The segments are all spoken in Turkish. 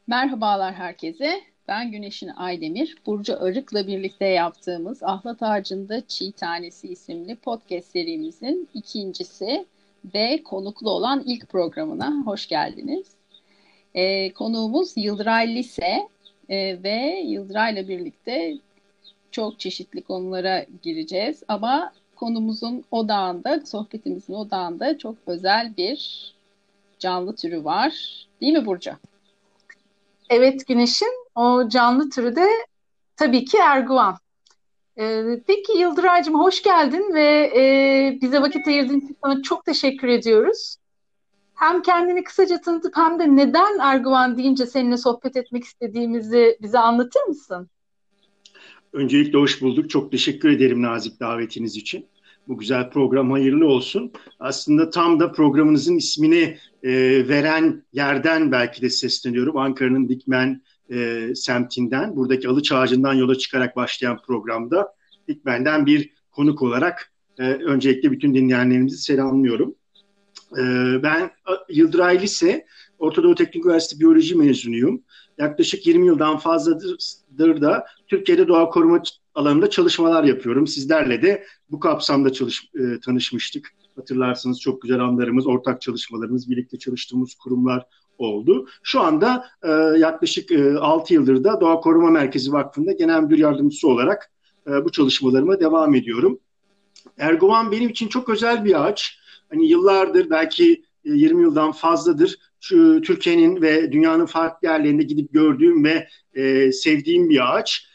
Merhabalar herkese. Ben Güneşin Aydemir. Burcu Arık'la birlikte yaptığımız Ahlat Ağacı'nda Çiğ Tanesi isimli podcast serimizin ikincisi ve konuklu olan ilk programına hoş geldiniz. Konuğumuz Yıldıray Lise ve Yıldıray'la birlikte çok çeşitli konulara gireceğiz. Ama konumuzun odağında, sohbetimizin odağında çok özel bir canlı türü var. Değil mi Burcu? Evet Güneş'in o canlı türü de tabii ki erguvan. Peki Yıldıraycığım hoş geldin ve bize vakit ayırdığın için sana çok teşekkür ediyoruz. Hem kendini kısaca tanıtıp hem de neden erguvan deyince seninle sohbet etmek istediğimizi bize anlatır mısın? Öncelikle hoş bulduk. Çok teşekkür ederim nazik davetiniz için. Bu güzel program hayırlı olsun. Aslında tam da programınızın ismini veren yerden belki de sesleniyorum. Ankara'nın Dikmen semtinden, buradaki Alıç Ağacı'ndan yola çıkarak başlayan programda Dikmen'den bir konuk olarak öncelikle bütün dinleyenlerimizi selamlıyorum. Ben Yıldıray Lise, Orta Doğu Teknik Üniversitesi Biyoloji mezunuyum. Yaklaşık 20 yıldan fazladır da Türkiye'de doğa koruma alanında çalışmalar yapıyorum. Sizlerle de bu kapsamda tanışmıştık. Hatırlarsınız çok güzel anlarımız, ortak çalışmalarımız, birlikte çalıştığımız kurumlar oldu. Şu anda yaklaşık 6 yıldır da Doğa Koruma Merkezi Vakfı'nda genel müdür yardımcısı olarak bu çalışmalarıma devam ediyorum. Erguvan benim için çok özel bir ağaç. Hani yıllardır belki 20 yıldan fazladır şu Türkiye'nin ve dünyanın farklı yerlerinde gidip gördüğüm ve sevdiğim bir ağaç.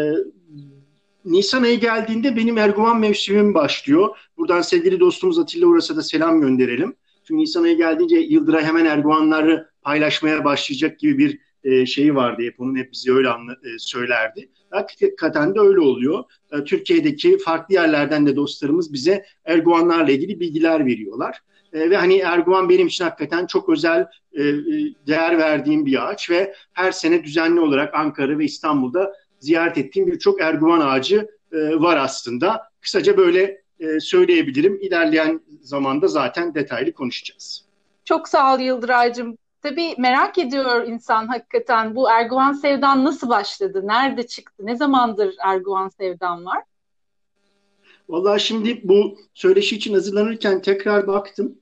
Nisan ayı geldiğinde benim Erguvan mevsimim başlıyor. Buradan sevgili dostumuz Atilla Uras'a da selam gönderelim. Çünkü Nisan ayı geldiğince Yıldıray hemen Erguvanları paylaşmaya başlayacak gibi bir şeyi vardı hep. Onun hep bize öyle söylerdi. Hakikaten de öyle oluyor. Türkiye'deki farklı yerlerden de dostlarımız bize Erguvanlarla ilgili bilgiler veriyorlar. Ve hani Erguvan benim için hakikaten çok özel değer verdiğim bir ağaç ve her sene düzenli olarak Ankara ve İstanbul'da ziyaret ettiğim birçok erguvan ağacı var aslında. Kısaca böyle söyleyebilirim. İlerleyen zamanda zaten detaylı konuşacağız. Çok sağ ol Yıldıraycığım. Tabii merak ediyor insan hakikaten bu erguvan sevdan nasıl başladı? Nerede çıktı? Ne zamandır erguvan sevdan var? Vallahi şimdi bu söyleşi için hazırlanırken tekrar baktım.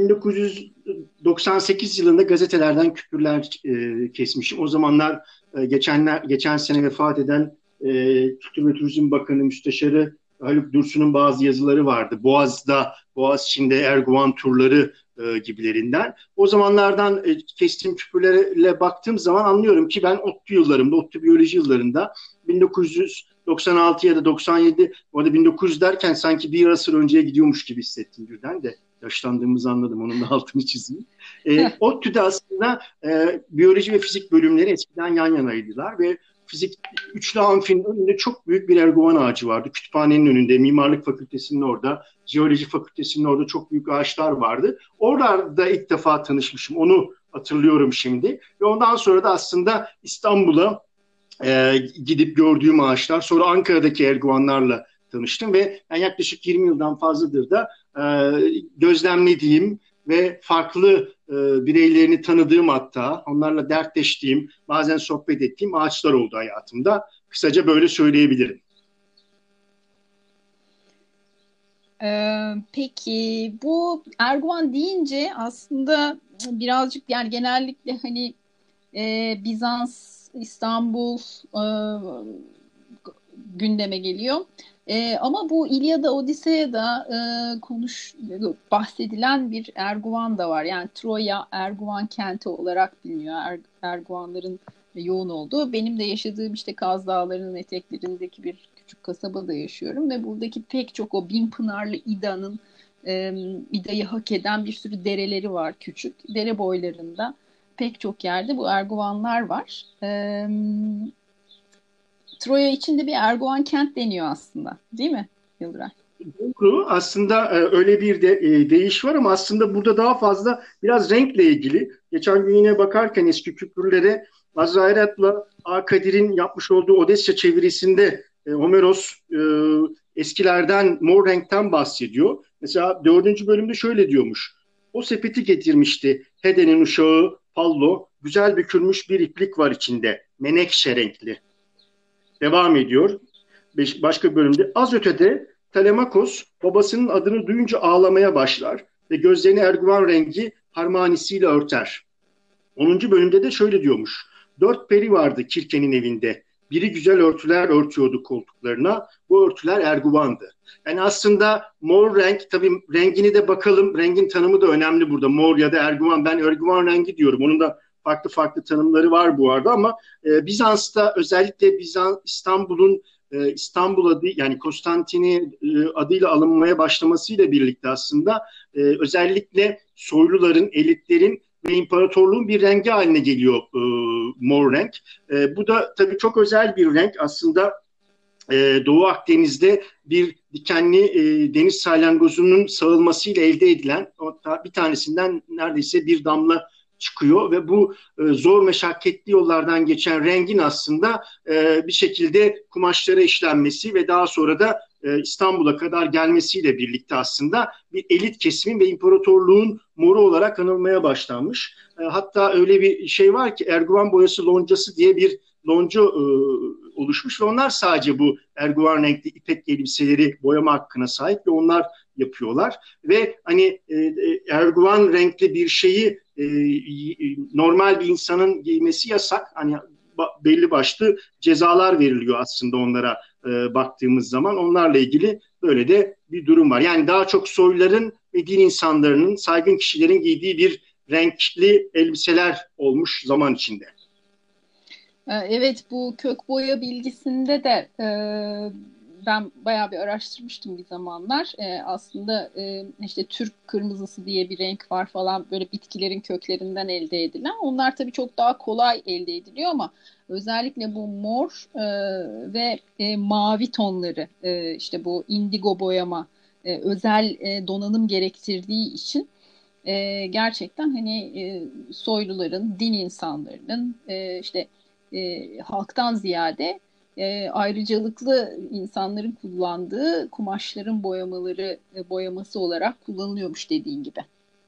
1998 yılında gazetelerden küpürler kesmişim. O zamanlar geçen sene vefat eden Kültür ve Turizm Bakanı Müsteşarı Haluk Dursun'un bazı yazıları vardı. Boğaz'da, Boğaziçi'nde Erguvan turları gibilerinden. O zamanlardan kestiğim küpürlerle baktığım zaman anlıyorum ki ben ODTÜ yıllarımda, ODTÜ biyoloji yıllarında 1996 ya da 97, orada 1900 derken sanki bir asır önceye gidiyormuş gibi hissettim birden de. Yaşlandığımızı anladım, onun da altını çizeyim. ODTÜ'de aslında biyoloji ve fizik bölümleri eskiden yan yanaydılar ve fizik üçlü amfinin önünde çok büyük bir erguvan ağacı vardı. Kütüphanenin önünde, mimarlık fakültesinin orada, jeoloji fakültesinin orada çok büyük ağaçlar vardı. Oralarda ilk defa tanışmışım. Onu hatırlıyorum şimdi. Ve ondan sonra da aslında İstanbul'a gidip gördüğüm ağaçlar. Sonra Ankara'daki erguvanlarla tanıştım ve ben yaklaşık 20 yıldan fazladır da gözlemlediğim ve farklı bireylerini tanıdığım, hatta onlarla dertleştiğim, bazen sohbet ettiğim ağaçlar oldu hayatımda. Kısaca böyle söyleyebilirim. Peki bu Erguvan deyince aslında birazcık yani genellikle hani Bizans, İstanbul gündeme geliyor. Ama bu İlyada, Odiseya'da bahsedilen bir Erguvan da var. Yani Troya Erguvan kenti olarak biliniyor. Erguvanların yoğun olduğu. Benim de yaşadığım işte Kaz Dağları'nın eteklerindeki bir küçük kasabada yaşıyorum ve buradaki pek çok o bin pınarlı İda'yı hak eden bir sürü dereleri var küçük. Dere boylarında pek çok yerde bu Erguvanlar var. Troya içinde bir Erguvan kent deniyor aslında, değil mi Yıldıray? Doğru. Aslında öyle bir de değiş var ama aslında burada daha fazla biraz renkle ilgili. Geçen gün yine bakarken eski küpürlere Azraerat'la Akadir'in yapmış olduğu Odesya çevirisinde Homeros eskilerden mor renkten bahsediyor. Mesela dördüncü bölümde şöyle diyormuş. O sepeti getirmişti Hede'nin uşağı Pallo. güzel bükülmüş bir iplik var içinde. Menekşe renkli. Devam ediyor. Başka bir bölümde. Az ötede Telemakos babasının adını duyunca ağlamaya başlar ve gözlerini erguvan rengi harmanisiyle örter. 10. bölümde de şöyle diyormuş. 4 peri vardı Kirke'nin evinde. Biri güzel örtüler örtüyordu koltuklarına. Bu örtüler erguvandı. Yani aslında mor renk, tabii rengini de bakalım. Rengin tanımı da önemli burada. Mor ya da erguvan. Ben erguvan rengi diyorum. Onun da farklı farklı tanımları var bu arada ama Bizans'ta özellikle İstanbul'un İstanbul adı, yani Konstantini adıyla alınmaya başlamasıyla birlikte aslında özellikle soyluların, elitlerin ve imparatorluğun bir rengi haline geliyor mor renk. Bu da tabii çok özel bir renk. Aslında Doğu Akdeniz'de bir dikenli deniz salyangozunun sağılmasıyla elde edilen, bir tanesinden neredeyse bir damla çıkıyor ve bu zor meşakkatli yollardan geçen rengin aslında bir şekilde kumaşlara işlenmesi ve daha sonra da İstanbul'a kadar gelmesiyle birlikte aslında bir elit kesimin ve imparatorluğun moru olarak anılmaya başlanmış. Hatta öyle bir şey var ki erguvan boyası loncası diye bir lonca oluşmuş ve onlar sadece bu erguvan renkli ipek elbiseleri boyama hakkına sahip ve onlar yapıyorlar. Ve hani erguvan renkli bir şeyi normal bir insanın giymesi yasak. Hani belli başlı cezalar veriliyor aslında onlara baktığımız zaman. Onlarla ilgili böyle de bir durum var. Yani daha çok soyluların ve din insanlarının, saygın kişilerin giydiği bir renkli elbiseler olmuş zaman içinde. Evet, bu kök boya bilgisinde de ben bayağı bir araştırmıştım bir zamanlar. Aslında işte Türk kırmızısı diye bir renk var falan, böyle bitkilerin köklerinden elde edilen. Onlar tabii çok daha kolay elde ediliyor ama özellikle bu mor ve mavi tonları, işte bu indigo boyama özel donanım gerektirdiği için gerçekten hani soyluların, din insanlarının işte halktan ziyade ayrıcalıklı insanların kullandığı kumaşların boyaması olarak kullanılıyormuş dediğin gibi.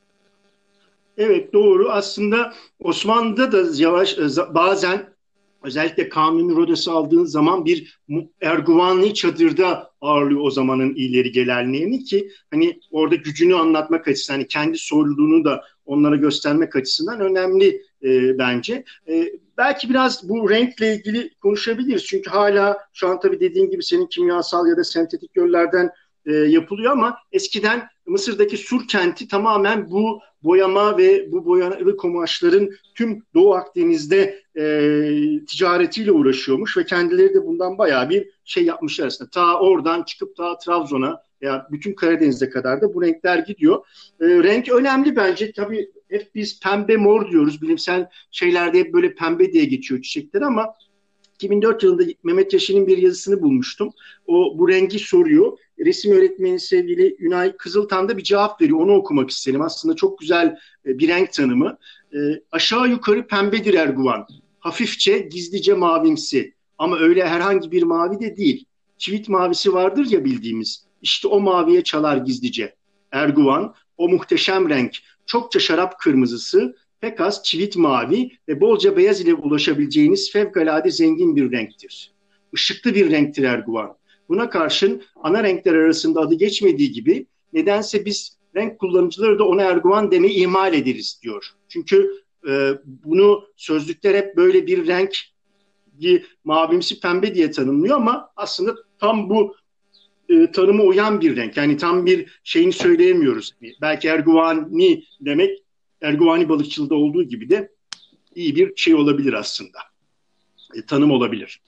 Evet, doğru. Aslında Osmanlı'da da bazen özellikle Kanuni Rodos'u aldığın zaman bir erguvanlı çadırda ağırlıyor o zamanın ileri gelenlerini ki hani orada gücünü anlatmak açısından, hani kendi soyluluğunu da onlara göstermek açısından önemli bence. Belki biraz bu renkle ilgili konuşabiliriz. Çünkü hala şu an tabii dediğin gibi senin kimyasal ya da sentetik yollardan yapılıyor ama eskiden Mısır'daki Sur kenti tamamen bu boyama ve bu boyalı kumaşların tüm Doğu Akdeniz'de ticaretiyle uğraşıyormuş ve kendileri de bundan bayağı bir şey yapmışlar aslında. Ta oradan çıkıp ta Trabzon'a veya bütün Karadeniz'e kadar da bu renkler gidiyor. Renk önemli bence. Tabii hep biz pembe mor diyoruz. Bilimsel şeylerde hep böyle pembe diye geçiyor çiçekler ama 2004 yılında Mehmet Yaşin'in bir yazısını bulmuştum. O bu rengi soruyor. Resim öğretmeni sevgili Ünay Kızıltan da bir cevap veriyor. Onu okumak isterim. Aslında çok güzel bir renk tanımı. Aşağı yukarı pembedir erguvan. Hafifçe, gizlice mavimsi. Ama öyle herhangi bir mavi de değil. Çivit mavisi vardır ya bildiğimiz. İşte o maviye çalar gizlice. Erguvan, o muhteşem renk. Çokça şarap kırmızısı, pek az çivit mavi ve bolca beyaz ile ulaşabileceğiniz fevkalade zengin bir renktir. Işıklı bir renktir erguvan. Buna karşın ana renkler arasında adı geçmediği gibi nedense biz renk kullanıcıları da ona erguvan demeyi ihmal ederiz diyor. Çünkü bunu sözlükler hep böyle bir renk mavimsi pembe diye tanımlıyor ama aslında tam bu tanıma uyan bir renk. Yani tam bir şeyini söyleyemiyoruz. Belki erguvani demek erguvani balıkçılığı olduğu gibi de iyi bir şey olabilir aslında. Tanım olabilir.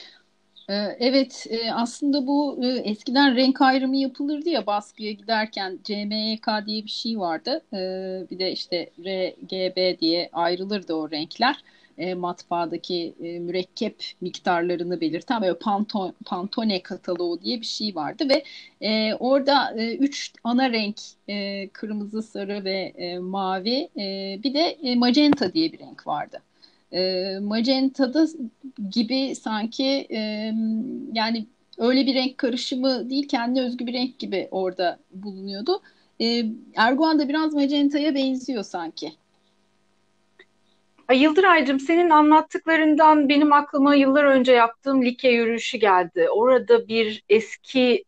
Evet, aslında bu eskiden renk ayrımı yapılırdı ya, baskıya giderken CMYK diye bir şey vardı. Bir de işte RGB diye ayrılırdı o renkler. Matbaadaki mürekkep miktarlarını belirten böyle Pantone kataloğu diye bir şey vardı ve orada üç ana renk, kırmızı, sarı ve mavi, bir de magenta diye bir renk vardı. Magenta'da gibi sanki, yani öyle bir renk karışımı değil, kendine özgü bir renk gibi orada bulunuyordu. Erguvan da biraz magenta'ya benziyor sanki. Yıldıraycığım, senin anlattıklarından benim aklıma yıllar önce yaptığım Likya yürüyüşü geldi. Orada bir eski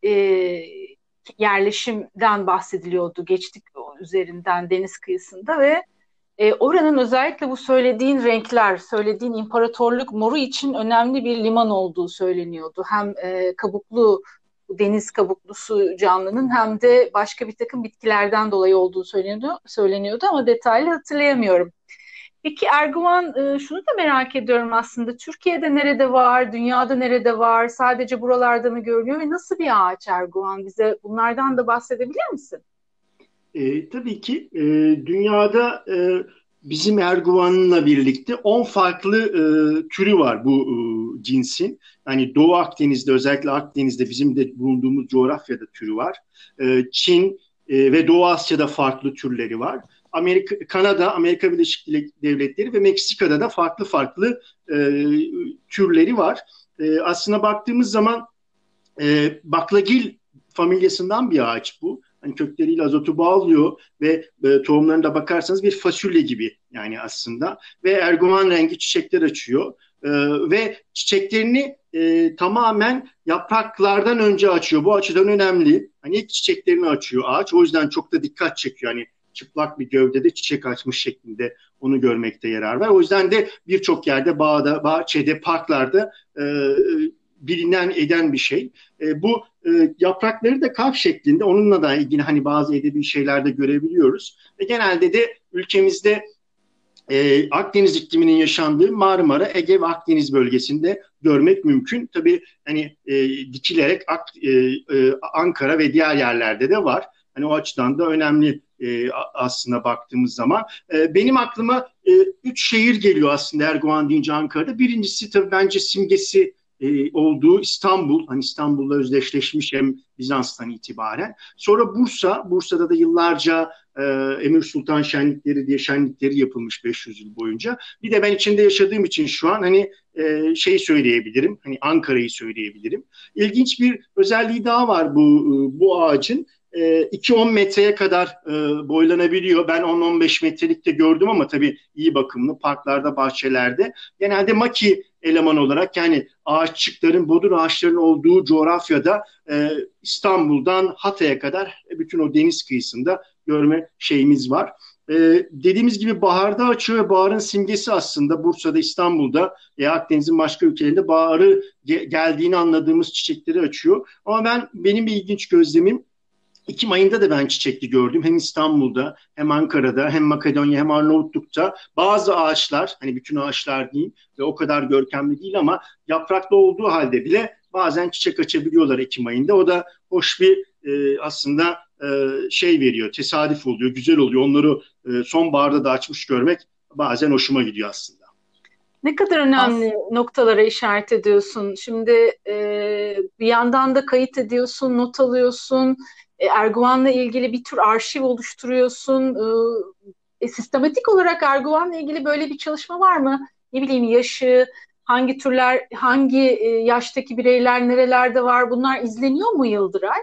yerleşimden bahsediliyordu. Geçtik üzerinden deniz kıyısında ve oranın özellikle bu söylediğin renkler, söylediğin imparatorluk moru için önemli bir liman olduğu söyleniyordu. Hem kabuklu deniz kabuklusu canlının hem de başka bir takım bitkilerden dolayı olduğu söyleniyordu ama detaylı hatırlayamıyorum. Peki Erguvan, şunu da merak ediyorum aslında. Türkiye'de nerede var, dünyada nerede var, sadece buralarda mı görülüyor ve nasıl bir ağaç Erguvan? Bize bunlardan da bahsedebilir misin? Tabii ki dünyada bizim erguvanla birlikte 10 farklı türü var bu cinsin. Yani Doğu Akdeniz'de, özellikle Akdeniz'de bizim de bulunduğumuz coğrafyada türü var. Çin ve Doğu Asya'da farklı türleri var. Kanada, Amerika Birleşik Devletleri ve Meksika'da da farklı farklı türleri var. Aslına baktığımız zaman baklagil familyasından bir ağaç bu. Hani kökleriyle azotu bağlıyor ve tohumlarına bakarsanız bir fasulye gibi yani aslında. Ve erguvan rengi çiçekler açıyor. Ve çiçeklerini tamamen yapraklardan önce açıyor. Bu açıdan önemli. Hani ilk çiçeklerini açıyor ağaç. O yüzden çok da dikkat çekiyor. Hani çıplak bir gövdede çiçek açmış şeklinde onu görmekte yarar var. O yüzden de birçok yerde bağda, bahçede, parklarda bilinen eden bir şey. Bu yaprakları da kalp şeklinde. Onunla da ilgili hani bazı edebi şeylerde görebiliyoruz. Ve genelde de ülkemizde Akdeniz ikliminin yaşandığı Marmara, Ege ve Akdeniz bölgesinde görmek mümkün. Tabii hani dikilerek Ankara ve diğer yerlerde de var. Hani o açıdan da önemli aslına baktığımız zaman. Benim aklıma 3 şehir geliyor aslında Erguvan deyince Ankara'da. Birincisi tabii bence simgesi olduğu İstanbul. Hani İstanbul'la özdeşleşmiş hem Bizans'tan itibaren. Sonra Bursa. Bursa'da da yıllarca Emir Sultan şenlikleri diye şenlikleri yapılmış 500 yıl boyunca. Bir de ben içinde yaşadığım için şu an hani şey söyleyebilirim. Hani Ankara'yı söyleyebilirim. İlginç bir özelliği daha var bu ağacın. 2-10 metreye kadar boylanabiliyor. Ben 10-15 metrelik de gördüm ama tabii iyi bakımlı parklarda, bahçelerde. Genelde maki eleman olarak yani ağaççıkların, bodur ağaçlarının olduğu coğrafyada İstanbul'dan Hatay'a kadar bütün o deniz kıyısında görme şeyimiz var. Dediğimiz gibi baharda açıyor ve baharın simgesi aslında Bursa'da, İstanbul'da veya Akdeniz'in başka ülkelerinde baharı geldiğini anladığımız çiçekleri açıyor. Ama benim bir ilginç gözlemim Ekim ayında da ben çiçekli gördüm. Hem İstanbul'da, hem Ankara'da, hem Makedonya, hem Arnavutluk'ta bazı ağaçlar, hani bütün ağaçlar değil ve o kadar görkemli değil ama yapraklı olduğu halde bile bazen çiçek açabiliyorlar Ekim ayında. O da hoş bir aslında şey veriyor, tesadüf oluyor, güzel oluyor. Onları sonbaharda da açmış görmek bazen hoşuma gidiyor aslında. Ne kadar önemli noktalara işaret ediyorsun. Şimdi bir yandan da kayıt ediyorsun, not alıyorsun. Erguvan'la ilgili bir tür arşiv oluşturuyorsun. Sistematik olarak Erguvan'la ilgili böyle bir çalışma var mı? Ne bileyim yaşı, hangi türler, hangi yaştaki bireyler nerelerde var? Bunlar izleniyor mu Yıldıray?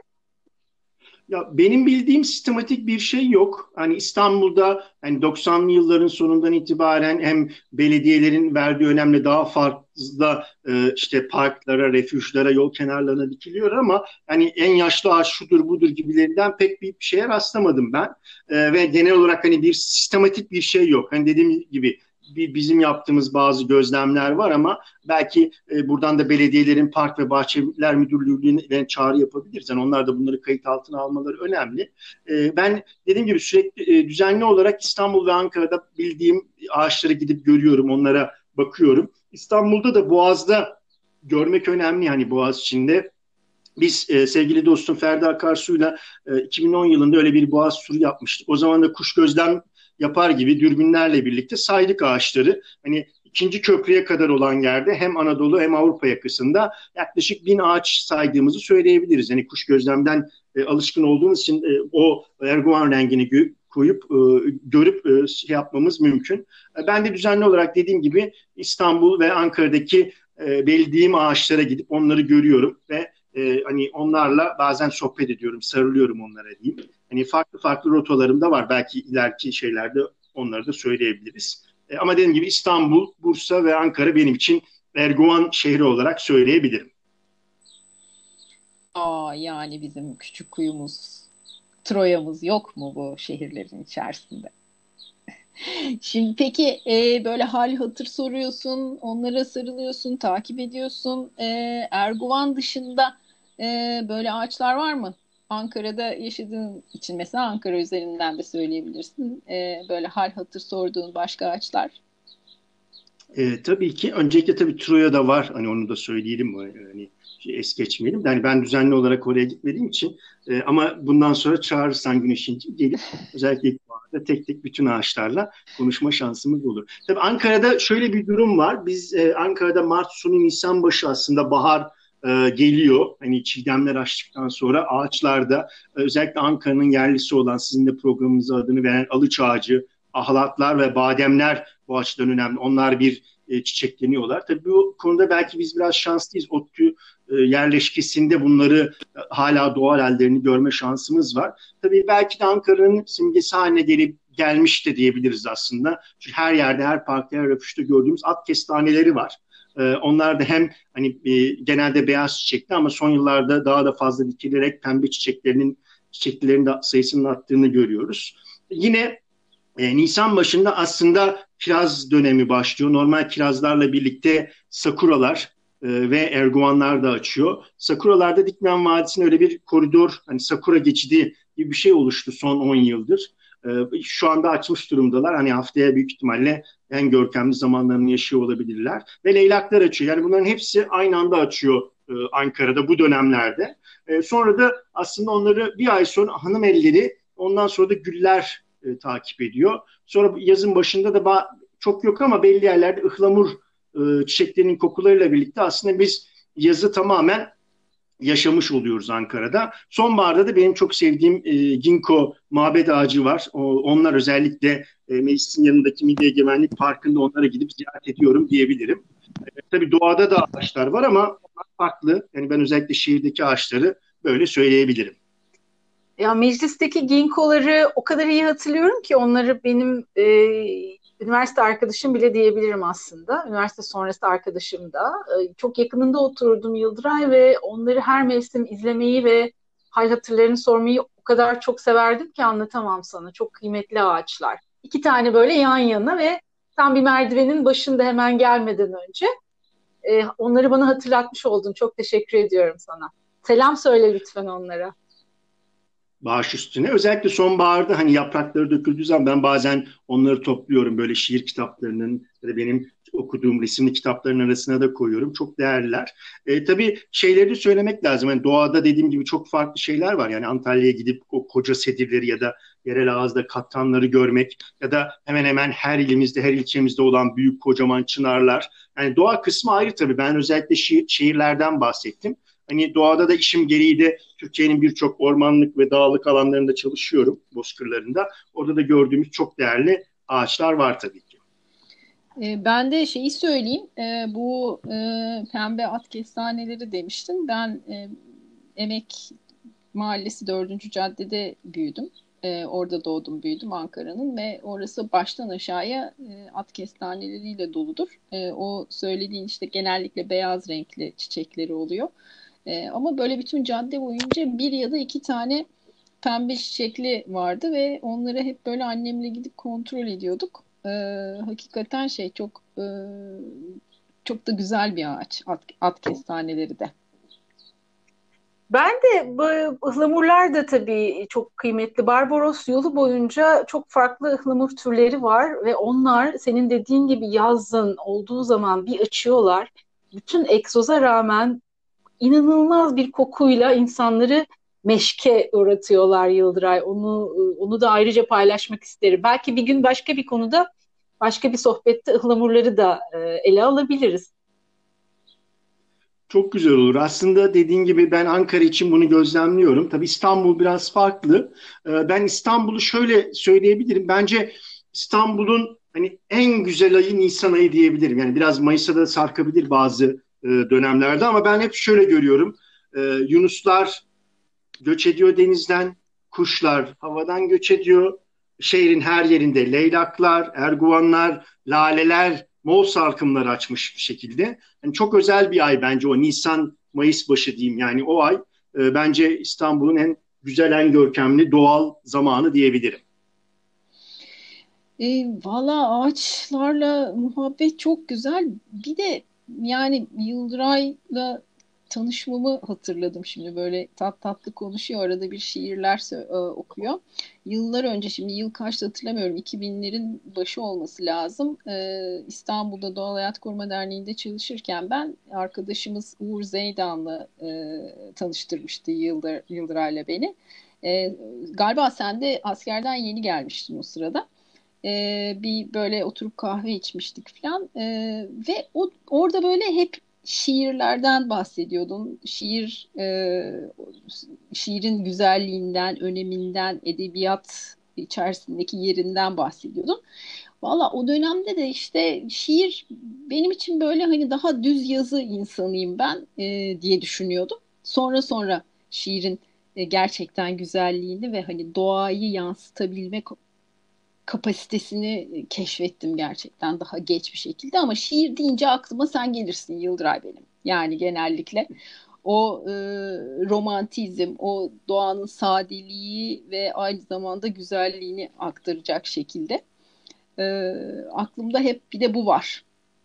Ya benim bildiğim sistematik bir şey yok. Hani İstanbul'da hani 90'lı yılların sonundan itibaren hem belediyelerin verdiği önemli daha fazla işte parklara, refüjlara, yol kenarlarına dikiliyor ama hani en yaşlı ağaç şudur budur gibilerinden pek bir şeye rastlamadım ben. Ve genel olarak hani bir sistematik bir şey yok. Hani dediğim gibi bizim yaptığımız bazı gözlemler var ama belki buradan da belediyelerin Park ve Bahçeler Müdürlüğü'ne çağrı yapabiliriz. Yani onlar da bunları kayıt altına almaları önemli. Ben dediğim gibi sürekli düzenli olarak İstanbul ve Ankara'da bildiğim ağaçlara gidip görüyorum, onlara bakıyorum. İstanbul'da da Boğaz'da görmek önemli, hani Boğaz içinde. Biz sevgili dostum Ferdi Akarsu'yla 2010 yılında öyle bir boğaz turu yapmıştık. O zaman da kuş gözlem yapar gibi dürbünlerle birlikte saydık ağaçları. Hani ikinci köprüye kadar olan yerde hem Anadolu hem Avrupa yakasında yaklaşık 1000 ağaç saydığımızı söyleyebiliriz. Hani kuş gözlemden alışkın olduğumuz için o erguvan rengini koyup görüp şey yapmamız mümkün. Ben de düzenli olarak dediğim gibi İstanbul ve Ankara'daki bildiğim ağaçlara gidip onları görüyorum ve hani onlarla bazen sohbet ediyorum, sarılıyorum onlara diyeyim. Hani farklı farklı rotalarım da var. Belki ileriki şeylerde onları da söyleyebiliriz. Ama dediğim gibi İstanbul, Bursa ve Ankara benim için Erguvan şehri olarak söyleyebilirim. Yani bizim küçük kuyumuz, Troya'mız yok mu bu şehirlerin içerisinde? Şimdi peki böyle hal hatır soruyorsun, onlara sarılıyorsun, takip ediyorsun. Erguvan dışında böyle ağaçlar var mı? Ankara'da yaşadığın için mesela Ankara üzerinden de söyleyebilirsin. Böyle hal hatır sorduğun başka ağaçlar. Tabii ki. Öncelikle tabii Troya'da var. Hani onu da söyleyelim. Hani es geçmeyelim. Yani ben düzenli olarak oraya gitmediğim için ama bundan sonra çağırırsan Güneş'inciğim gelip özellikle ilkbaharda tek tek bütün ağaçlarla konuşma şansımız olur. Tabii Ankara'da şöyle bir durum var. Biz Ankara'da Mart sonu Nisan başı aslında bahar geliyor. Hani çiğdemler açtıktan sonra ağaçlarda özellikle Ankara'nın yerlisi olan sizin de programınıza adını veren alıç ağacı, ahlatlar ve bademler bu açıdan önemli. Onlar bir çiçekleniyorlar. Tabii bu konuda belki biz biraz şanslıyız. ODTÜ yerleşkesinde bunları hala doğal hallerini görme şansımız var. Tabii belki de Ankara'nın simgesi haline gelmiş de diyebiliriz aslında. Çünkü her yerde, her parkta, her röpüşte gördüğümüz at kestaneleri var. Onlar da hem hani genelde beyaz çiçekli ama son yıllarda daha da fazla dikilerek pembe çiçeklerin de sayısının arttığını görüyoruz. Yine Nisan başında aslında kiraz dönemi başlıyor. Normal kirazlarla birlikte sakuralar ve erguvanlar da açıyor. Sakuralarda Dikmen Vadisi'ne öyle bir koridor, hani sakura geçidi gibi bir şey oluştu son 10 yıldır. Şu anda açmış durumdalar. Hani haftaya büyük ihtimalle en görkemli zamanlarını yaşıyor olabilirler. Ve leylaklar açıyor. Yani bunların hepsi aynı anda açıyor Ankara'da bu dönemlerde. Sonra da aslında onları bir ay sonra hanım elleri, ondan sonra da güller takip ediyor. Sonra yazın başında da çok yok ama belli yerlerde ıhlamur çiçeklerinin kokularıyla birlikte aslında biz yazı tamamen yaşamış oluyoruz Ankara'da. Sonbaharda da benim çok sevdiğim ginkgo mabed ağacı var. Onlar özellikle meclisin yanındaki Milli Egemenlik Parkı'nda onlara gidip ziyaret ediyorum diyebilirim. Tabii doğada da ağaçlar var ama onlar farklı. Yani ben özellikle şehirdeki ağaçları böyle söyleyebilirim. Ya meclisteki ginkoları o kadar iyi hatırlıyorum ki onları benim üniversite arkadaşım bile diyebilirim aslında. Üniversite sonrası arkadaşım da. Çok yakınında otururdum Yıldıray ve onları her mevsim izlemeyi ve hal hatırlarını sormayı o kadar çok severdim ki anlatamam sana. Çok kıymetli ağaçlar. İki tane böyle yan yana ve tam bir merdivenin başında hemen gelmeden önce. Onları bana hatırlatmış oldun. Çok teşekkür ediyorum sana. Selam söyle lütfen onlara. Bağış üstüne. Özellikle sonbaharda hani yaprakları döküldüğü zaman ben bazen onları topluyorum. Böyle şiir kitaplarının ya da benim okuduğum resimli kitapların arasına da koyuyorum. Çok değerliler. Tabii şeyleri de söylemek lazım. Yani doğada dediğim gibi çok farklı şeyler var. Yani Antalya'ya gidip o koca sedirleri ya da yerel ağızda katranları görmek ya da hemen hemen her ilimizde, her ilçemizde olan büyük kocaman çınarlar. Yani doğa kısmı ayrı tabii. Ben özellikle şehirlerden bahsettim. Hani doğada da işim gereği de Türkiye'nin birçok ormanlık ve dağlık alanlarında çalışıyorum, bozkırlarında. Orada da gördüğümüz çok değerli ağaçlar var tabii ki. Ben de şeyi söyleyeyim. Bu pembe at kestaneleri demiştin. Ben Emek Mahallesi 4. Caddede büyüdüm. Orada doğdum, büyüdüm Ankara'nın ve orası baştan aşağıya at kestaneleriyle doludur. O söylediğin işte genellikle beyaz renkli çiçekleri oluyor. Ama böyle bütün cadde boyunca bir ya da iki tane pembe çiçekli vardı ve onları hep böyle annemle gidip kontrol ediyorduk. Hakikaten çok da güzel bir ağaç at kestaneleri de. Ben de bu ıhlamurlar da tabii çok kıymetli. Barbaros yolu boyunca çok farklı ıhlamur türleri var ve onlar senin dediğin gibi yazın olduğu zaman bir açıyorlar. Bütün egzoza rağmen inanılmaz bir kokuyla insanları meşke uğratıyorlar Yıldıray. Onu da ayrıca paylaşmak isterim. Belki bir gün başka bir konuda, başka bir sohbette ıhlamurları da ele alabiliriz. Çok güzel olur. Aslında dediğin gibi ben Ankara için bunu gözlemliyorum. Tabii İstanbul biraz farklı. Ben İstanbul'u şöyle söyleyebilirim. Bence İstanbul'un hani en güzel ayı Nisan ayı diyebilirim. Yani biraz Mayıs'a da sarkabilir bazı dönemlerde ama ben hep şöyle görüyorum. Yunuslar göç ediyor denizden, kuşlar havadan göç ediyor. şehrin her yerinde leylaklar, erguvanlar, laleler, mol salkımları açmış bir şekilde. Yani çok özel bir ay bence o Nisan-Mayıs başı diyeyim. Yani o ay bence İstanbul'un en güzel, en görkemli doğal zamanı diyebilirim. Valla ağaçlarla muhabbet çok güzel. Bir de yani Yıldıray'la tanışmamı hatırladım şimdi, böyle tatlı konuşuyor, arada bir şiirler okuyor. Yıllar önce, şimdi yıl kaçtı hatırlamıyorum, 2000'lerin başı olması lazım. İstanbul'da Doğal Hayat Koruma Derneği'nde çalışırken ben, arkadaşımız Uğur Zeydan'la tanıştırmıştı Yıldıray'la beni. Galiba sen de askerden yeni gelmiştin o sırada. Bir böyle oturup kahve içmiştik falan. Ve orada böyle hep şiirlerden bahsediyordun. Şiirin güzelliğinden, öneminden, edebiyat içerisindeki yerinden bahsediyordun. Valla o dönemde de işte şiir benim için böyle hani daha düz yazı insanıyım ben diye düşünüyordum. Sonra şiirin gerçekten güzelliğini ve hani doğayı yansıtabilme kapasitesini keşfettim gerçekten daha geç bir şekilde, ama şiir deyince aklıma sen gelirsin Yıldıray benim. Yani genellikle o romantizm, o doğanın sadeliği ve aynı zamanda güzelliğini aktaracak şekilde. E, Aklımda hep bir de bu var.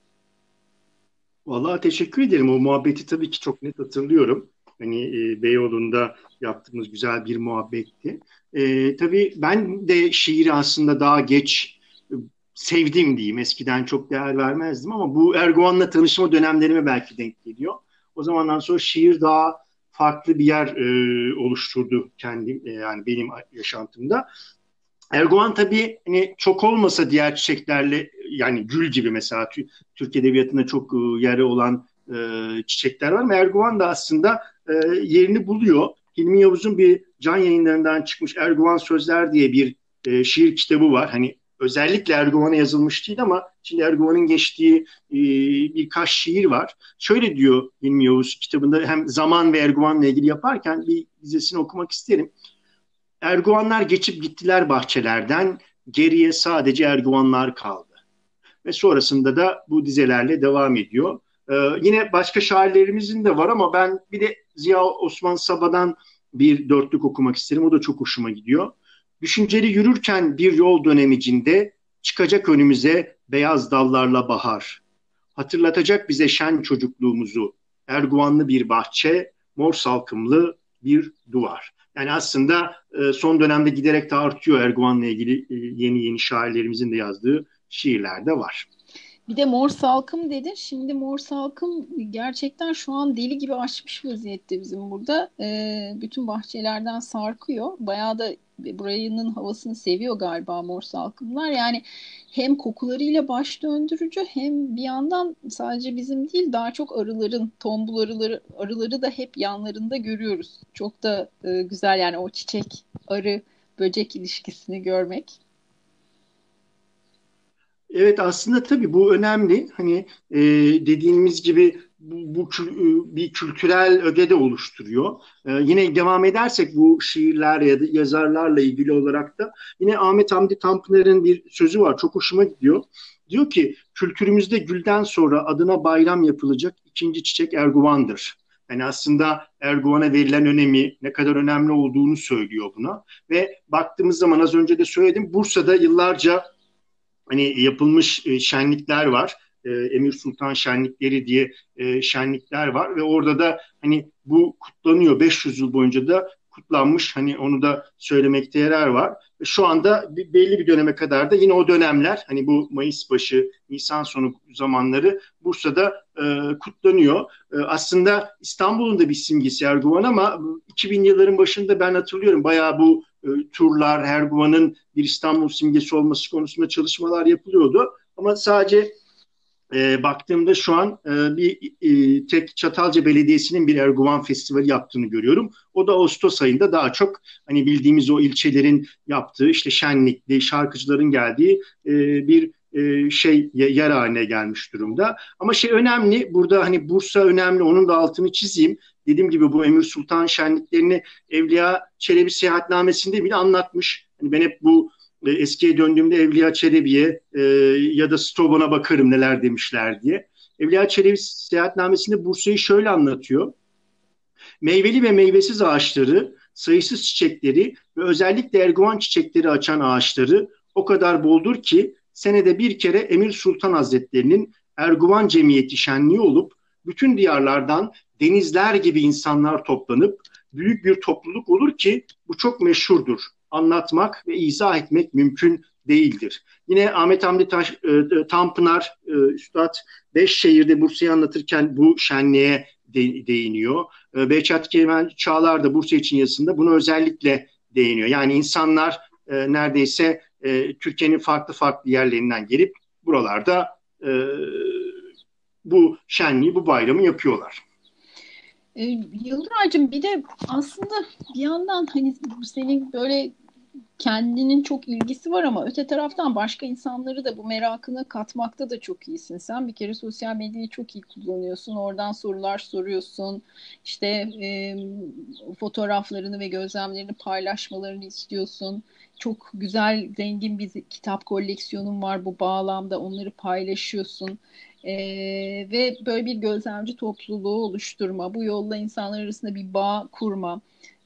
Vallahi teşekkür ederim. O muhabbeti tabii ki çok net hatırlıyorum. Hani Beyoğlu'nda yaptığımız güzel bir muhabbetti. Tabii ben de şiiri aslında daha geç sevdim diyeyim. Eskiden çok değer vermezdim ama bu Erguvan'la tanışma dönemlerime belki denk geliyor. O zamandan sonra şiir daha farklı bir yer oluşturdu kendim, yani benim yaşantımda. Erguvan tabii hani çok olmasa diğer çiçeklerle, yani gül gibi mesela Türk Edebiyatı'nda çok yeri olan çiçekler var ama Erguvan da aslında yerini buluyor. Hilmi Yavuz'un bir Can Yayınları'ndan çıkmış Erguvan Sözler diye bir şiir kitabı var. Hani özellikle Erguvan'a yazılmış değil ama şimdi Erguvan'ın geçtiği birkaç şiir var. Şöyle diyor Hilmi Yavuz kitabında, hem zaman ve Erguvan'la ilgili yaparken bir dizesini okumak isterim. Erguvanlar geçip gittiler bahçelerden, geriye sadece erguvanlar kaldı. Ve sonrasında da bu dizelerle devam ediyor. Yine başka şairlerimizin de var ama ben bir de Ziya Osman Saba'dan bir dörtlük okumak isterim. O da çok hoşuma gidiyor. Düşünceli yürürken bir yol dönemicinde çıkacak önümüze beyaz dallarla bahar. Hatırlatacak bize şen çocukluğumuzu. Erguvanlı bir bahçe, mor salkımlı bir duvar. Yani aslında son dönemde giderek de artıyor Erguvan'la ilgili yeni şairlerimizin de yazdığı şiirler de var. Bir de Mor Salkım dedin. Şimdi Mor Salkım gerçekten şu an deli gibi açmış vaziyette bizim burada. Bütün bahçelerden sarkıyor. Bayağı da buranın havasını seviyor galiba Mor Salkımlar. Yani hem kokularıyla baş döndürücü, hem bir yandan sadece bizim değil, daha çok arıların, tombul arıları da hep yanlarında görüyoruz. Çok da güzel yani o çiçek, arı, böcek ilişkisini görmek. Evet, aslında tabii bu önemli. Hani dediğimiz gibi bir kültürel öge de oluşturuyor. Yine devam edersek bu şiirler ya da yazarlarla ilgili olarak da yine Ahmet Hamdi Tanpınar'ın bir sözü var. Çok hoşuma gidiyor. Diyor ki kültürümüzde gülden sonra adına bayram yapılacak ikinci çiçek erguvandır. Yani aslında Erguvan'a verilen önemi, ne kadar önemli olduğunu söylüyor buna. Ve baktığımız zaman az önce de söyledim, Bursa'da yıllarca hani yapılmış şenlikler var. Emir Sultan şenlikleri diye şenlikler var ve orada da hani bu kutlanıyor. 500 yıl boyunca da kutlanmış. Hani onu da söylemekte yarar var. Şu anda belli bir döneme kadar da yine o dönemler, hani bu Mayıs başı, Nisan sonu zamanları Bursa'da kutlanıyor. Aslında İstanbul'un da bir simgesi Erguvan ama 2000 yılların başında ben hatırlıyorum bayağı bu turlar, Erguvan'ın bir İstanbul simgesi olması konusunda çalışmalar yapılıyordu. Ama sadece baktığımda şu an tek Çatalca Belediyesi'nin bir Erguvan Festivali yaptığını görüyorum. O da Ağustos ayında daha çok hani bildiğimiz o ilçelerin yaptığı, işte şenlikli şarkıcıların geldiği bir yer haline gelmiş durumda. Ama önemli burada, hani Bursa önemli, onun da altını çizeyim. Dediğim gibi bu Emir Sultan şenliklerini Evliya Çelebi Seyahatnamesi'nde bile anlatmış. Hani ben hep bu eskiye döndüğümde Evliya Çelebi'ye ya da Strabon'a bakarım neler demişler diye. Evliya Çelebi seyahatnamesinde Bursa'yı şöyle anlatıyor. Meyveli ve meyvesiz ağaçları, sayısız çiçekleri ve özellikle erguvan çiçekleri açan ağaçları o kadar boldur ki senede bir kere Emir Sultan Hazretleri'nin Erguvan Cemiyeti şenliği olup bütün diyarlardan denizler gibi insanlar toplanıp büyük bir topluluk olur ki bu çok meşhurdur. Anlatmak ve izah etmek mümkün değildir. Yine Ahmet Hamdi Tanpınar, Üstad Beşşehir'de Bursa'yı anlatırken bu şenliğe değiniyor. Behçet Kemal Çağlar da Bursa için yazısında bunu özellikle değiniyor. Yani insanlar neredeyse Türkiye'nin farklı farklı yerlerinden gelip buralarda bu şenliği, bu bayramı yapıyorlar. Yıldıraycığım, bir de aslında bir yandan hani senin böyle kendinin çok ilgisi var ama öte taraftan başka insanları da bu merakına katmakta da çok iyisin. Sen bir kere sosyal medyayı çok iyi kullanıyorsun. Oradan sorular soruyorsun. İşte fotoğraflarını ve gözlemlerini paylaşmalarını istiyorsun. Çok güzel, zengin bir kitap koleksiyonun var bu bağlamda. Onları paylaşıyorsun. Ve böyle bir gözlemci topluluğu oluşturma, bu yolla insanlar arasında bir bağ kurma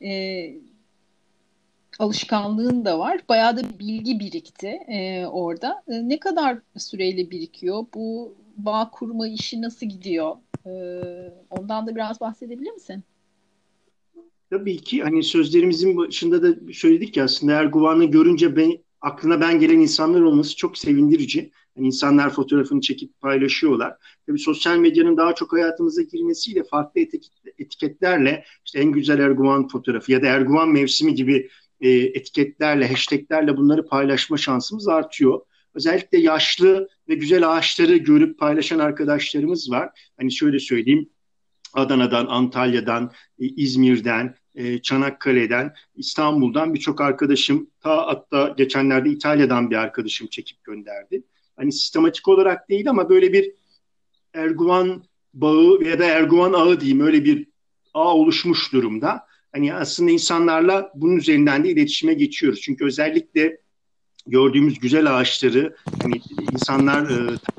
alışkanlığın da var. Bayağı da bilgi birikti orada. Ne kadar süreyle birikiyor? Bu bağ kurma işi nasıl gidiyor? Ondan da biraz bahsedebilir misin? Tabii ki hani sözlerimizin başında da söyledik ya, aslında Erguvan'ı görünce aklına ben gelen insanlar olması çok sevindirici. Yani insanlar fotoğrafını çekip paylaşıyorlar. Tabii sosyal medyanın daha çok hayatımıza girmesiyle farklı etiketlerle işte en güzel Erguvan fotoğrafı ya da Erguvan mevsimi gibi etiketlerle, hashtaglerle bunları paylaşma şansımız artıyor. Özellikle yaşlı ve güzel ağaçları görüp paylaşan arkadaşlarımız var. Hani şöyle söyleyeyim, Adana'dan, Antalya'dan, İzmir'den, Çanakkale'den, İstanbul'dan birçok arkadaşım, hatta geçenlerde İtalya'dan bir arkadaşım çekip gönderdi. Hani sistematik olarak değil ama böyle bir Erguvan bağı ya da Erguvan ağı diyeyim, öyle bir ağ oluşmuş durumda. Hani aslında insanlarla bunun üzerinden de iletişime geçiyoruz. Çünkü özellikle gördüğümüz güzel ağaçları hani insanlar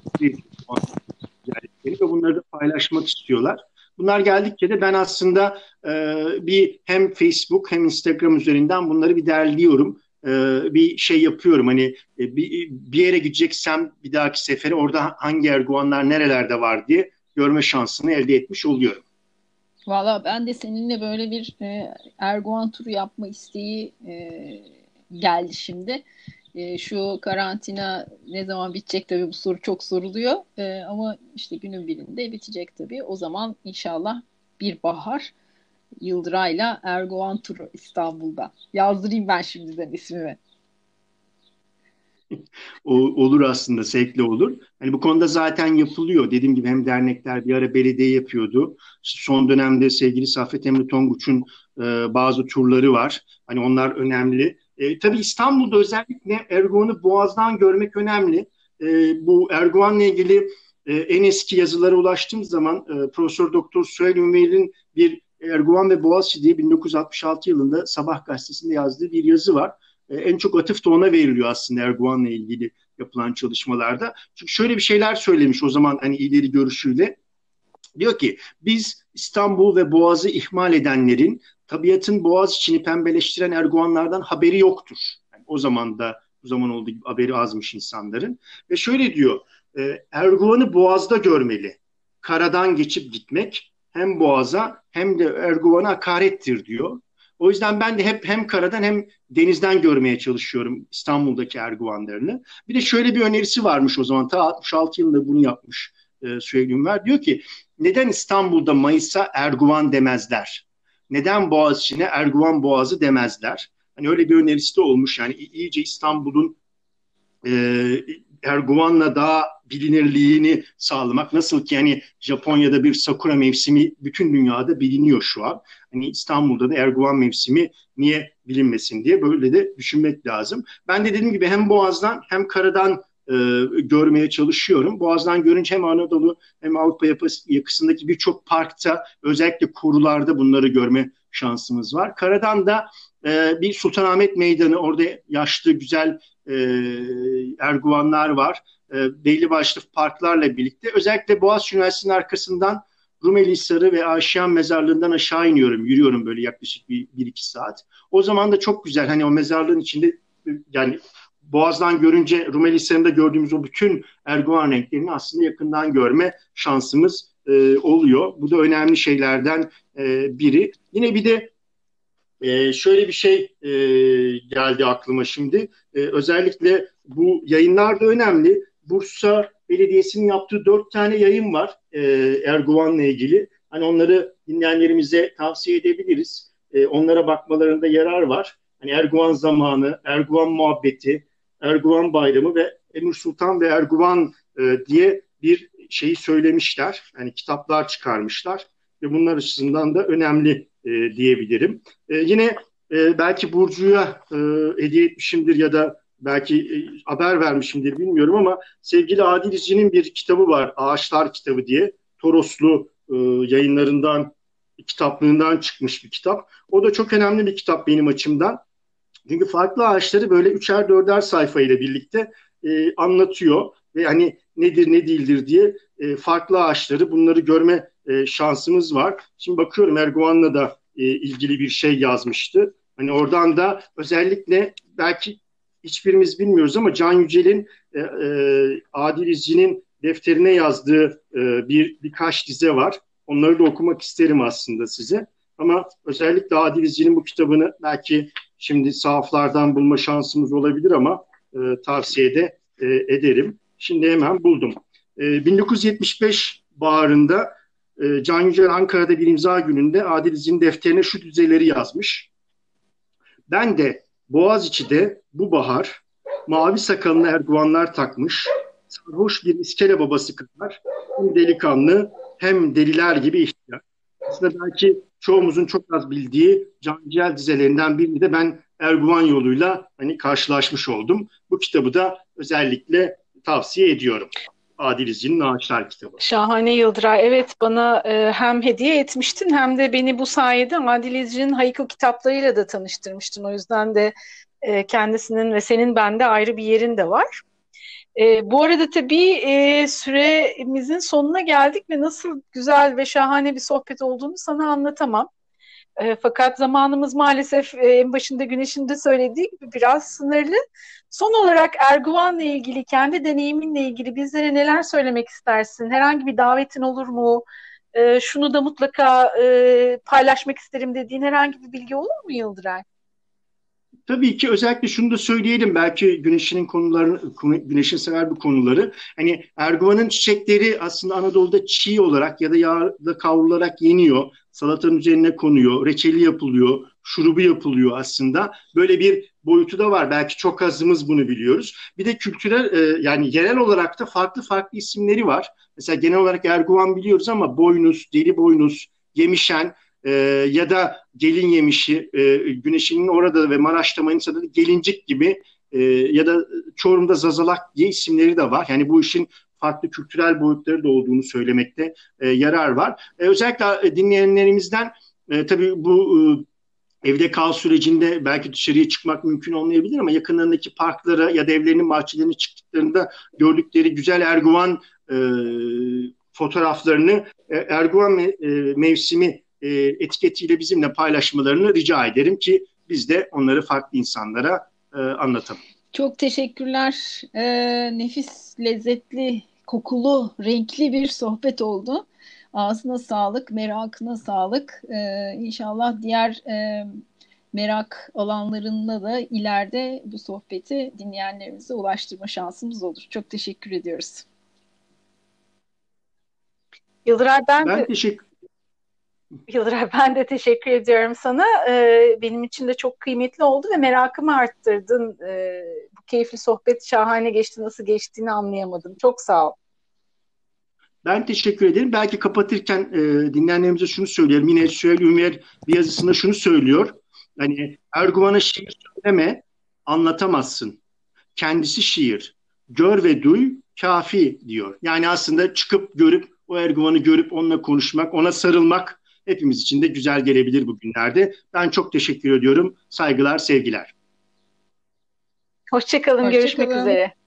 ve bunları da paylaşmak istiyorlar. Bunlar geldikçe de ben aslında bir hem Facebook hem Instagram üzerinden bunları bir derliyorum. Bir şey yapıyorum. Hani bir yere gideceksem bir dahaki sefere orada hangi erguvanlar nerelerde var diye görme şansını elde etmiş oluyorum. Valla ben de seninle böyle bir Erguvan turu yapma isteği geldi şimdi. Şu karantina ne zaman bitecek, tabii bu soru çok soruluyor. Ama işte günün birinde bitecek tabii. O zaman inşallah bir bahar Yıldıray'la Erguvan turu İstanbul'da. Yazdırayım ben şimdiden ismimi. Olur, aslında zevkli olur. Hani bu konuda zaten yapılıyor. Dediğim gibi hem dernekler, bir ara belediye yapıyordu. İşte son dönemde sevgili Saffet Emre Tonguç'un bazı turları var. Hani onlar önemli. Tabii İstanbul'da özellikle Erguvan'ı Boğaz'dan görmek önemli. Bu Erguvan'la ilgili en eski yazılara ulaştığım zaman Profesör Doktor Süheyl Ünver'in bir Erguvan ve Boğaziçi diye 1966 yılında Sabah gazetesinde yazdığı bir yazı var. En çok atıf da ona veriliyor aslında Erguvan'la ilgili yapılan çalışmalarda. Çünkü şöyle bir şeyler söylemiş o zaman hani ileri görüşüyle. Diyor ki biz İstanbul ve Boğaz'ı ihmal edenlerin tabiatın Boğaz içini pembeleştiren Erguvanlardan haberi yoktur. Yani o zaman da bu zaman olduğu gibi haberi azmış insanların. Ve şöyle diyor, Erguvan'ı Boğaz'da görmeli. Karadan geçip gitmek hem Boğaz'a hem de Erguvan'a hakarettir diyor. O yüzden ben de hep hem karadan hem denizden görmeye çalışıyorum İstanbul'daki Erguvanlarını. Bir de şöyle bir önerisi varmış o zaman. Ta 66 yılında bunu yapmış Süheyl Ünver. Diyor ki neden İstanbul'da Mayıs'a Erguvan demezler? Neden Boğaziçi'ne Erguvan Boğazı demezler? Hani öyle bir önerisi de olmuş. Yani iyice İstanbul'un Erguvan'la daha bilinirliğini sağlamak. Nasıl ki hani Japonya'da bir sakura mevsimi bütün dünyada biliniyor şu an. Hani İstanbul'da da Erguvan mevsimi niye bilinmesin diye böyle de düşünmek lazım. Ben de dediğim gibi hem Boğaz'dan hem karadan görmeye çalışıyorum. Boğaz'dan görünce hem Anadolu hem Avrupa yakasındaki birçok parkta, özellikle korularda bunları görme şansımız var. Karadan da bir Sultanahmet Meydanı, orada yaşlı güzel Erguvanlar var. Belli başlı parklarla birlikte. Özellikle Boğaziçi Üniversitesi'nin arkasından Rumeli Hisarı ve Aşiyan Mezarlığı'ndan aşağı iniyorum. Yürüyorum böyle yaklaşık bir iki saat. O zaman da çok güzel. Hani o mezarlığın içinde yani Boğaz'dan görünce Rumeli Hisarı'nda gördüğümüz o bütün Erguvan renklerini aslında yakından görme şansımız oluyor. Bu da önemli şeylerden biri. Yine bir de şöyle bir şey geldi aklıma şimdi. Özellikle bu yayınlar da önemli. Bursa Belediyesi'nin yaptığı 4 tane yayın var Erguvan'la ilgili. Hani onları dinleyenlerimize tavsiye edebiliriz. Onlara bakmalarında yarar var. Hani Erguvan Zamanı, Erguvan Muhabbeti, Erguvan Bayramı ve Emir Sultan ve Erguvan diye bir şeyi söylemişler. Hani kitaplar çıkarmışlar ve bunlar açısından da önemli diyebilirim. Yine belki Burcu'ya hediye etmişimdir ya da belki haber vermişimdir bilmiyorum ama sevgili Adil İzci'nin bir kitabı var. Ağaçlar kitabı diye. Toroslu yayınlarından, kitaplığından çıkmış bir kitap. O da çok önemli bir kitap benim açımdan. Çünkü farklı ağaçları böyle üçer dörder sayfayla birlikte anlatıyor ve hani nedir ne değildir diye farklı ağaçları bunları görme şansımız var. Şimdi bakıyorum Erguvan'la da ilgili bir şey yazmıştı. Hani oradan da özellikle belki hiçbirimiz bilmiyoruz ama Can Yücel'in Adil İzci'nin defterine yazdığı birkaç dize var. Onları da okumak isterim aslında size. Ama özellikle Adil İzci'nin bu kitabını belki şimdi sahaflardan bulma şansımız olabilir ama tavsiye de ederim. Şimdi hemen buldum. 1975 baharında Can Yücel Ankara'da bir imza gününde Adil İzci'nin defterine şu dizeleri yazmış. Ben de Boğaziçi'de bu bahar mavi sakalına erguvanlar takmış, sarhoş bir iskele babası kadar hem delikanlı hem deliler gibi ihtiyar. Aslında belki çoğumuzun çok az bildiği Can Yücel dizelerinden birini de ben Erguvan yoluyla hani karşılaşmış oldum. Bu kitabı da özellikle tavsiye ediyorum. Adil İzci'nin Ağaçlar kitabı. Şahane Yıldıray. Evet, bana hem hediye etmiştin hem de beni bu sayede Adil İzci'nin haiku kitaplarıyla da tanıştırmıştın. O yüzden de kendisinin ve senin bende ayrı bir yerin de var. Bu arada tabii süremizin sonuna geldik ve nasıl güzel ve şahane bir sohbet olduğunu sana anlatamam. Fakat zamanımız maalesef en başında Güneş'in de söylediği gibi biraz sınırlı. Son olarak Erguvan'la ilgili, kendi deneyiminle ilgili bizlere neler söylemek istersin? Herhangi bir davetin olur mu? Şunu da mutlaka paylaşmak isterim dediğin herhangi bir bilgi olur mu Yıldıray? Tabii ki özellikle şunu da söyleyelim belki Güneş'in sever bu konuları. Hani Erguvan'ın çiçekleri aslında Anadolu'da çiğ olarak ya da yağda kavrularak yeniyor. Salatanın üzerine konuyor, reçeli yapılıyor, şurubu yapılıyor aslında. Böyle bir boyutu da var. Belki çok azımız bunu biliyoruz. Bir de kültürel yani yerel olarak da farklı farklı isimleri var. Mesela genel olarak Erguvan biliyoruz ama boynuz, deli boynuz, yemişen ya da gelin yemişi, Güneş'in orada ve Maraş'ta, Manisa'da da gelincik gibi ya da Çorum'da zazalak diye isimleri de var. Yani bu işin farklı kültürel boyutları da olduğunu söylemekte yarar var. Özellikle dinleyenlerimizden tabii bu evde kal sürecinde belki dışarıya çıkmak mümkün olmayabilir ama yakınlarındaki parklara ya da evlerinin bahçelerine çıktıklarında gördükleri güzel Erguvan fotoğraflarını Erguvan mevsimi etiketiyle bizimle paylaşmalarını rica ederim ki biz de onları farklı insanlara anlatalım. Çok teşekkürler. Nefis, lezzetli, kokulu, renkli bir sohbet oldu. Ağzına sağlık, merakına sağlık. İnşallah diğer merak alanlarında da ileride bu sohbeti dinleyenlerimize ulaştırma şansımız olur. Çok teşekkür ediyoruz. Yıldıray ben de teşekkür ediyorum sana. Benim için de çok kıymetli oldu ve merakımı arttırdın. Bu keyifli sohbet şahane geçti. Nasıl geçtiğini anlayamadım. Çok sağ ol. Ben teşekkür ederim. Belki kapatırken dinleyenlerimize şunu söyleyelim. Yine Süheyl Ünver bir yazısında şunu söylüyor. Hani Erguvan'a şiir söyleme, anlatamazsın. Kendisi şiir. Gör ve duy, kafi diyor. Yani aslında çıkıp görüp, o Erguvan'ı görüp onunla konuşmak, ona sarılmak hepimiz için de güzel gelebilir bugünlerde. Ben çok teşekkür ediyorum. Saygılar, sevgiler. Hoşça kalın, görüşmek Hoşçakalın. üzere.